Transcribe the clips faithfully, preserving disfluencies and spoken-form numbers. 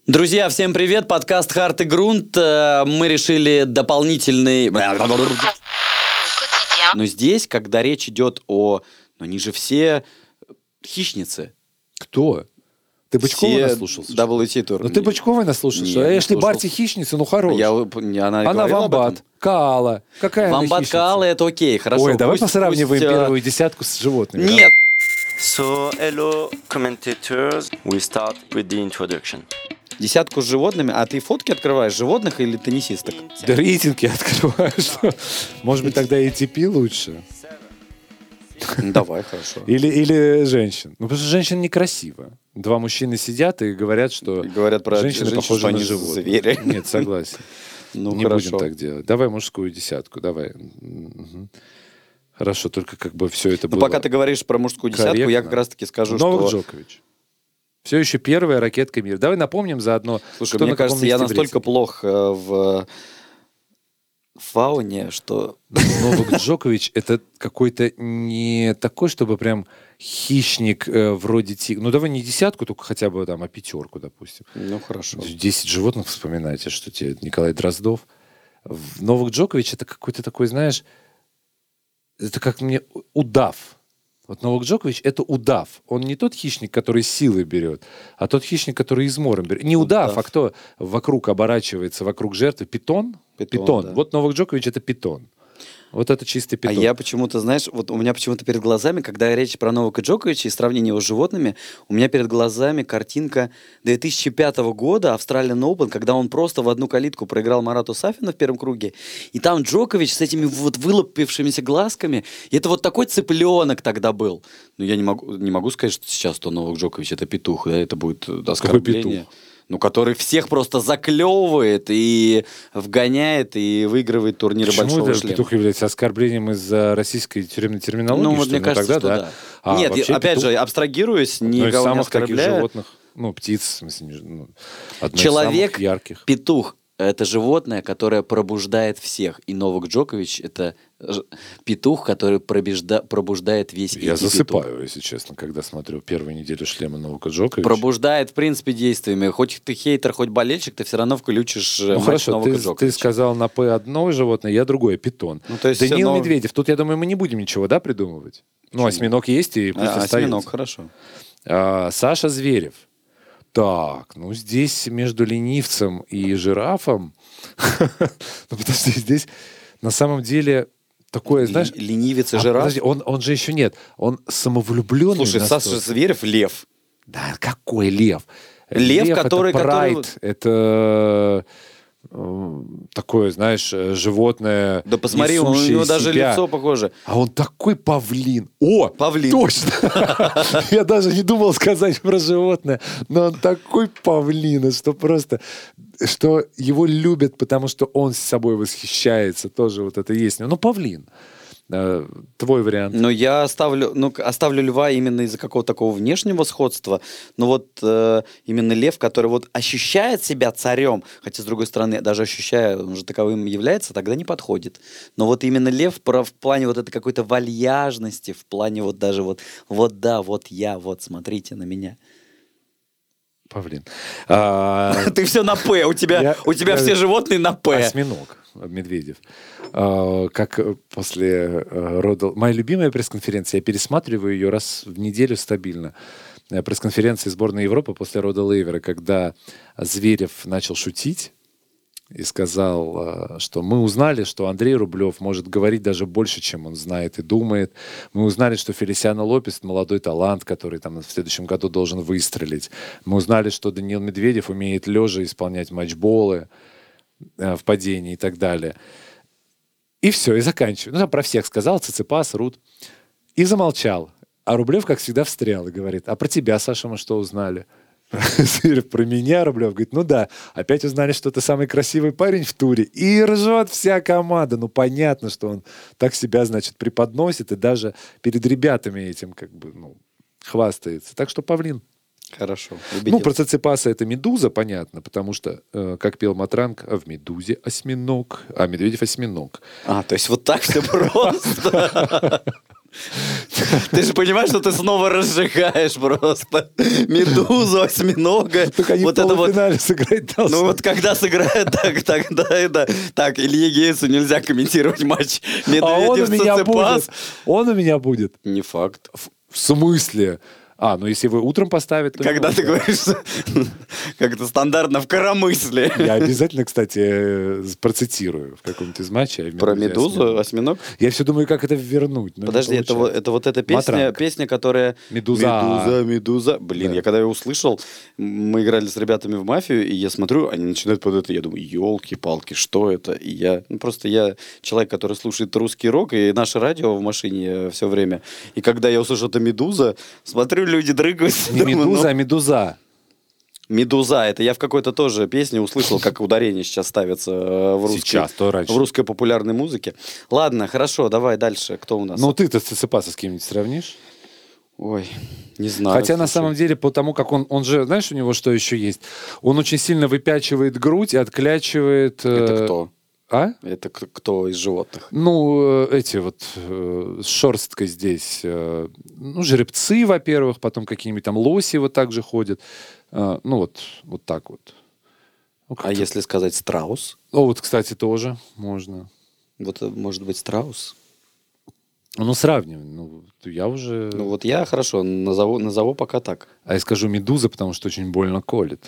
Друзья, всем привет, подкаст «Харт и Грунт». Мы решили дополнительный... Но здесь, когда речь идет о... Ну, они же все хищницы. Кто? Ты Бычковой Все наслушался? дабл ю ти тур. Ну ты Бычковой наслушался? Нет, А не если слушал. Барти хищница, ну хорош. Я, она Она говорила об вамбат, этом? Каала. Какая она Вамбат, хищница? Каала — это окей, хорошо. Ой, давай пусть- посравниваем пусть, а, первую десятку с животными. Нет. So, hello, commentators. We start with the introduction. Десятку с животными. А ты фотки открываешь животных или теннисисток? Да рейтинги открываешь. Может быть, тогда и эй ти пи лучше? Ну, давай, хорошо. Или, или женщин. Ну, потому что женщин некрасиво. Два мужчины сидят и говорят, что Говорят про женщины женщин, похожи что на они животных. звери. Нет, согласен. Ну, Не хорошо. будем так делать. Давай мужскую десятку, давай. Мгм. Хорошо, только как бы все это Ну, было... пока ты говоришь про мужскую десятку, я корректно. как раз-таки скажу, Новак что... Джокович. Все еще первая ракетка мира. Давай напомним заодно, Слушай, кто мне на каком кажется, я месте в настолько рейтинге. плох э, в фауне, что... Новак Джокович это какой-то не такой, чтобы прям хищник э, вроде тигра. Ну давай не десятку, только хотя бы там, а пятерку, допустим. Ну, хорошо. Десять животных вспоминайте, что тебе Николай Дроздов. В- Новак Джокович это какой-то такой, знаешь, это как мне удав. Вот Новак Джокович это удав. Он не тот хищник, который силой берет, а тот хищник, который измором берет. Не удав, Удав. а кто вокруг оборачивается, вокруг жертвы. Питон? Питон, да. Вот Новак Джокович это питон. Вот это чистый А питон. я почему-то, знаешь, вот у меня почему-то перед глазами, когда речь про Новака Джоковича и сравнение его с животными, у меня перед глазами картинка две тысячи пятого года, Australian Open, когда он просто в одну калитку проиграл Марату Сафину в первом круге, и там Джокович с этими вот вылупившимися глазками, и это вот такой цыпленок тогда был. Но я не могу, не могу сказать, что сейчас то Новак Джокович это петух, да, это будет оскорбление. петух? Ну, который всех просто заклевывает и вгоняет, и выигрывает турниры Почему большого это шлема. петух является оскорблением из-за российской тюремной терминологии? Ну, вот что мне ли? кажется, тогда, что да. да. А Нет, вообще опять петух же, абстрагируясь, одно из никого не самых таких оскорбляя. животных, ну, птиц, в смысле, не- ну, одно из Человек, самых ярких. петух — это животное, которое пробуждает всех. И Новак Джокович — это ж- петух, который пробежда- пробуждает весь Я эй ти пи тур. засыпаю, если честно, когда смотрю первую неделю шлема Новака Джоковича. Пробуждает, в принципе, действиями. Хоть ты хейтер, хоть болельщик, ты все равно включишь э, Ну матч хорошо, Новака ты, Джоковича. ты сказал на П одно животное, я другое, питон. Ну, то есть всё Даниил новое. Медведев, тут, я думаю, мы не будем ничего, да, придумывать? Ну, осьминог есть, и пусть А, остается. осьминог, хорошо. А, Саша Зверев. Так, ну здесь между ленивцем и жирафом, ну подожди, здесь на самом деле такое, знаешь... Л- ленивец и А, жираф. подожди, он, он же еще нет, он самовлюбленный. Слушай, настолько. Саша Зверев — лев. Да, какой лев? Лев, который- это прайд, который- это э, такое, знаешь, э, животное. Да посмотри, у несущее него даже себя. лицо похоже. А он такой павлин. О, Павлин. Точно. Я даже не думал сказать про животное, но он такой павлин, что просто, что его любят, потому что он с собой восхищается. Тоже вот это есть. Ну, павлин. Э, Твой вариант. Но я оставлю, ну, к- оставлю льва именно из-за какого-то такого внешнего сходства. Но вот э, именно лев, который вот ощущает себя царем, хотя, с другой стороны, даже ощущая, он же таковым является, тогда не подходит. Но вот именно лев про- в плане вот этой какой-то вальяжности, в плане вот даже вот, вот да, вот я, вот смотрите на меня. Павлин. А, Ты все на П, у тебя, Я- у тебя я- все животные на П. Осьминог, Медведев. А, Как э, после э, рода... Моя любимая пресс-конференция, я пересматриваю ее раз в неделю стабильно. Э, Пресс-конференция сборной Европы после рода Лейвера, когда Зверев начал шутить и сказал, э, что мы узнали, что Андрей Рублев может говорить даже больше, чем он знает и думает. Мы узнали, что Фелисиано Лопес — молодой талант, который там в следующем году должен выстрелить. Мы узнали, что Даниил Медведев умеет лежа исполнять матчболы э, в падении и так далее. И все, и заканчиваю. Ну, там про всех сказал, Циципас, Рут. И замолчал. А Рублев, как всегда, встрял и говорит: а про тебя, Саша, мы что узнали? Про меня Рублев говорит: ну да, опять узнали, что ты самый красивый парень в туре. И ржет вся команда. Ну, понятно, что он так себя, значит, преподносит и даже перед ребятами этим как бы, ну, хвастается. Так что павлин. Хорошо, Ну, убедил. про Циципаса это медуза, понятно, потому что, э, как пел Матранг, а в медузе осьминог, а Медведев осьминог. А, то есть вот так все просто. Ты же понимаешь, что ты снова разжигаешь просто Медузу, осьминога. Так они Вот в это вот. полуфинале сыграть должны. Ну вот когда сыграют, так, тогда это. Так, Илье Гейсу нельзя комментировать матч А он у Медведев меня Циципас. будет. Он у меня будет. Не факт. В смысле? А, ну если вы утром поставите, то... Когда не ты он, говоришь, что как это стандартно в коромысле. Я обязательно, кстати, э, процитирую в каком-нибудь из матчей. Про Медузу, осьминог? Я все думаю, как это вернуть. но не Подожди, это, вот- получается. это вот эта песня, Матранг. песня, которая... Медуза. Медуза, Медуза. Блин, Да. я когда ее услышал, мы играли с ребятами в мафию, и я смотрю, они начинают под это, я думаю, елки-палки, что это? И я, ну просто я человек, который слушает русский рок, и наше радио в машине все время. И когда я услышал это Медуза, смотрю, люди дрыгаются. Не думаю, Медуза, ну, а Медуза. Медуза, это я в какой-то тоже песне услышал, как ударение сейчас ставится э, в, русской, Сейчас, то раньше. в русской популярной музыке. Ладно, хорошо, давай дальше. Кто у нас? Ну ты-то с Циципаса с кем-нибудь сравнишь? Ой, не знаю. Хотя на слушай. самом деле, по тому, как он... Он же, знаешь, у него что еще есть? Он очень сильно выпячивает грудь и отклячивает... Это э, кто? А? Это к- кто из животных? Ну, э, эти вот э, с шерсткой здесь. э, ну, жеребцы, во-первых, потом какие-нибудь там лоси вот так же ходят. Э, ну, вот, вот так вот. Ну, А как-то- если сказать страус? О, вот, кстати, тоже можно. Вот э, может быть страус? Ну, сравниваем. Ну, я уже... Ну вот я хорошо назову, назову пока так. А я скажу медуза, потому что очень больно колет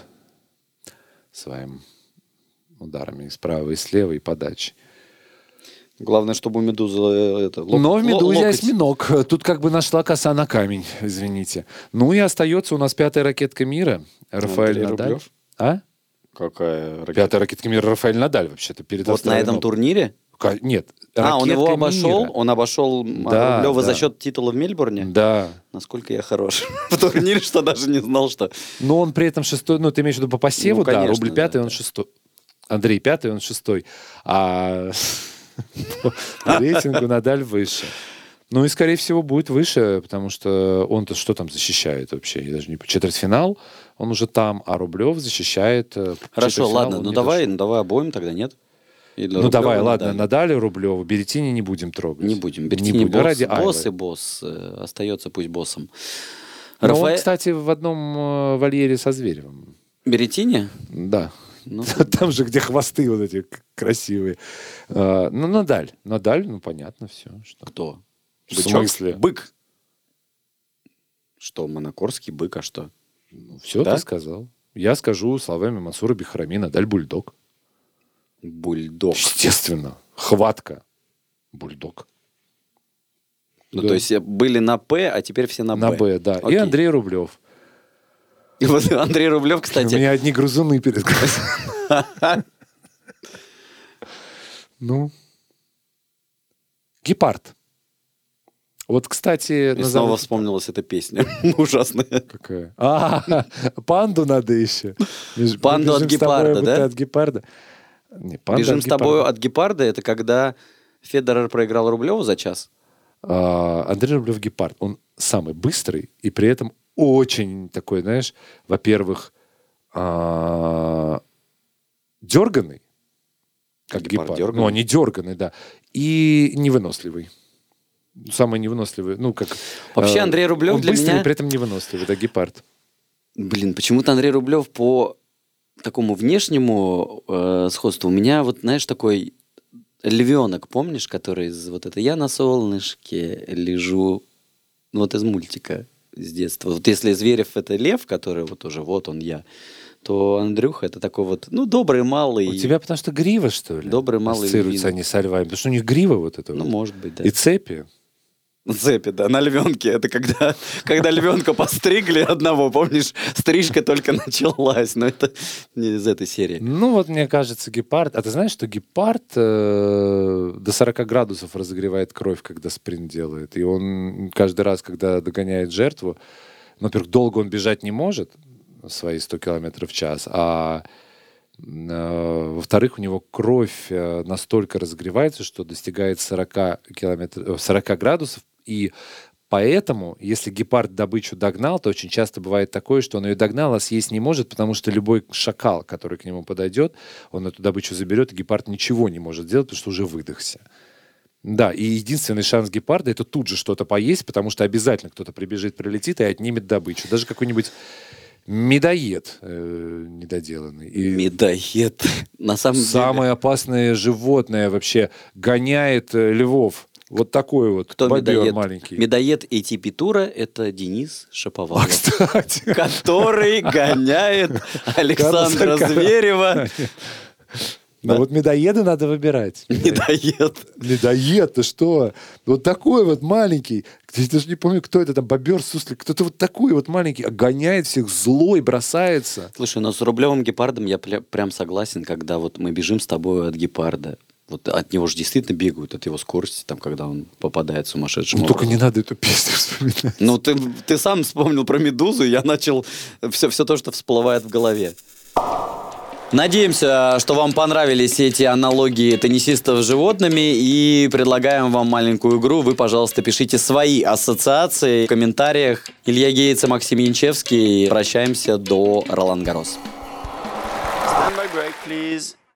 своим ударами и справа, и слева, и подачи. Главное, чтобы у медузы э, это, лок- Но в ло- медузе локоть. осьминог. Тут как бы нашла коса на камень, извините. Ну и остается у нас пятая ракетка мира. Рафаэль Андрей Надаль. Рублев? А? Какая ракета? Пятая ракетка мира Рафаэль Надаль вообще-то перед Вот на Австралией этом Open. турнире? Ка- Нет. А, он его ракетка обошел? мира. Он обошел Да, Рублева да. за счет титула в Мельбурне? Да. Насколько я хорош в турнире, что даже не знал, что... Но он при этом шестой, ну ты имеешь в виду по посеву, Ну, да, конечно, Рубль пятый, да, он да. шестой. Андрей пятый, он шестой. А по рейтингу Надаль выше. Ну и, скорее всего, будет выше, потому что он-то что там защищает вообще? Я даже не... Четвертьфинал, он уже там, а Рублев защищает... э, Хорошо, четвертьфинал ладно, он ну не давай, дошел. ну давай обоим тогда, нет? Или Ну Рублёва, давай, ладно, Надаль? Надаль, Рублеву, Беретини не будем трогать. Не будем. Не Бертини будем. босс, Ради босс и Айлы. босс. э, Остается пусть боссом. Но он, Рафаэль... кстати, в одном э, вольере со Зверевым. Беретини? Да. Ну, Там же, где хвосты вот эти к- красивые. А, ну, Надаль. Надаль, ну, понятно все. Что. кто? В Бычок? смысле? Бык. Что, монокорский бык, а что? Все Да? ты сказал. Я скажу словами Мансура Бихрами, Надаль бульдог. Бульдог. Естественно. Хватка. Бульдог. Ну, Да. то есть э, были на П, а теперь все на Б. На Б, да. И Окей. Андрей Рублев. И вот Андрей Рублев, У кстати, меня одни грузуны перед глазами. Ну. Гепард. Вот, кстати, и назову- снова вспомнилась эта песня. Ужасная. Какая? А, панду надо еще. Меж- Панду от бежим с тобой, гепарда, будто да? от гепарда. Не, панда Бежим от с тобой гепарда. от гепарда. Это когда Федерер проиграл Рублеву за час. А, Андрей Рублев гепард. Он самый быстрый и при этом очень такой, знаешь, во-первых, а, дерганый, как Гепард гепард. дерганый? Ну, они дерганый, да. И невыносливый. Самый невыносливый. Ну, как... Вообще а, Андрей Рублев он для быстрый меня- и при этом невыносливый, да, гепард. Блин, почему-то Андрей Рублев по такому внешнему э, сходству у меня вот, знаешь, такой львенок, помнишь, который из вот это «Я на солнышке лежу», ну, вот из мультика с детства. Вот если Зверев — это лев, который вот уже вот он я, то Андрюха — это такой вот, ну, добрый малый. У тебя потому что грива, что ли? Добрый малый Ассоциируются львин. они со львами. Потому что у них грива вот эта Ну, вот. может быть, да. И цепи. Цепи, да, на львенке. Это когда, когда львенка постригли одного, помнишь, стрижка только началась. Но это не из этой серии. Ну, вот мне кажется, гепард... А ты знаешь, что гепард э, до сорока градусов разогревает кровь, когда спринт делает. И он каждый раз, когда догоняет жертву, ну, во-первых, долго он бежать не может, свои сто километров в час, а э, во-вторых, у него кровь э, настолько разогревается, что достигает сорока километров, э, сорока градусов, и поэтому, если гепард добычу догнал, то очень часто бывает такое, что он ее догнал, а съесть не может, потому что любой шакал, который к нему подойдет, он эту добычу заберет, и гепард ничего не может сделать, потому что уже выдохся. Да, и единственный шанс гепарда — это тут же что-то поесть, потому что обязательно кто-то прибежит, прилетит и отнимет добычу. Даже какой-нибудь медоед э, недоделанный. И Медоед. На самом деле. самое опасное животное вообще гоняет э, львов. Вот такой вот Кто бобер медоед? маленький. Медоед и Типитура — это Денис А, Шаповалов, кстати. который гоняет Александра Карла Зверева. Ну Да. вот медоеда надо выбирать. Медоед. Медоед, ты что? Вот такой вот маленький. Я даже не помню, кто это там, бобер, суслик. Кто-то вот такой вот маленький, а гоняет всех злой, бросается. Слушай, но с рублевым гепардом я пля- прям согласен, когда вот мы бежим с тобой от гепарда. Вот от него же действительно бегают, от его скорости, там, когда он попадает сумасшедшим Ну, только образом. не надо эту песню вспоминать. Ну, ты, ты сам вспомнил про медузу, и я начал все, все то, что всплывает в голове. Надеемся, что вам понравились эти аналогии теннисистов с животными, и предлагаем вам маленькую игру. Вы, пожалуйста, пишите свои ассоциации в комментариях. Илья Гейтс и Максим Янчевский. Прощаемся до Ролан Гаррос. Stand by break, please.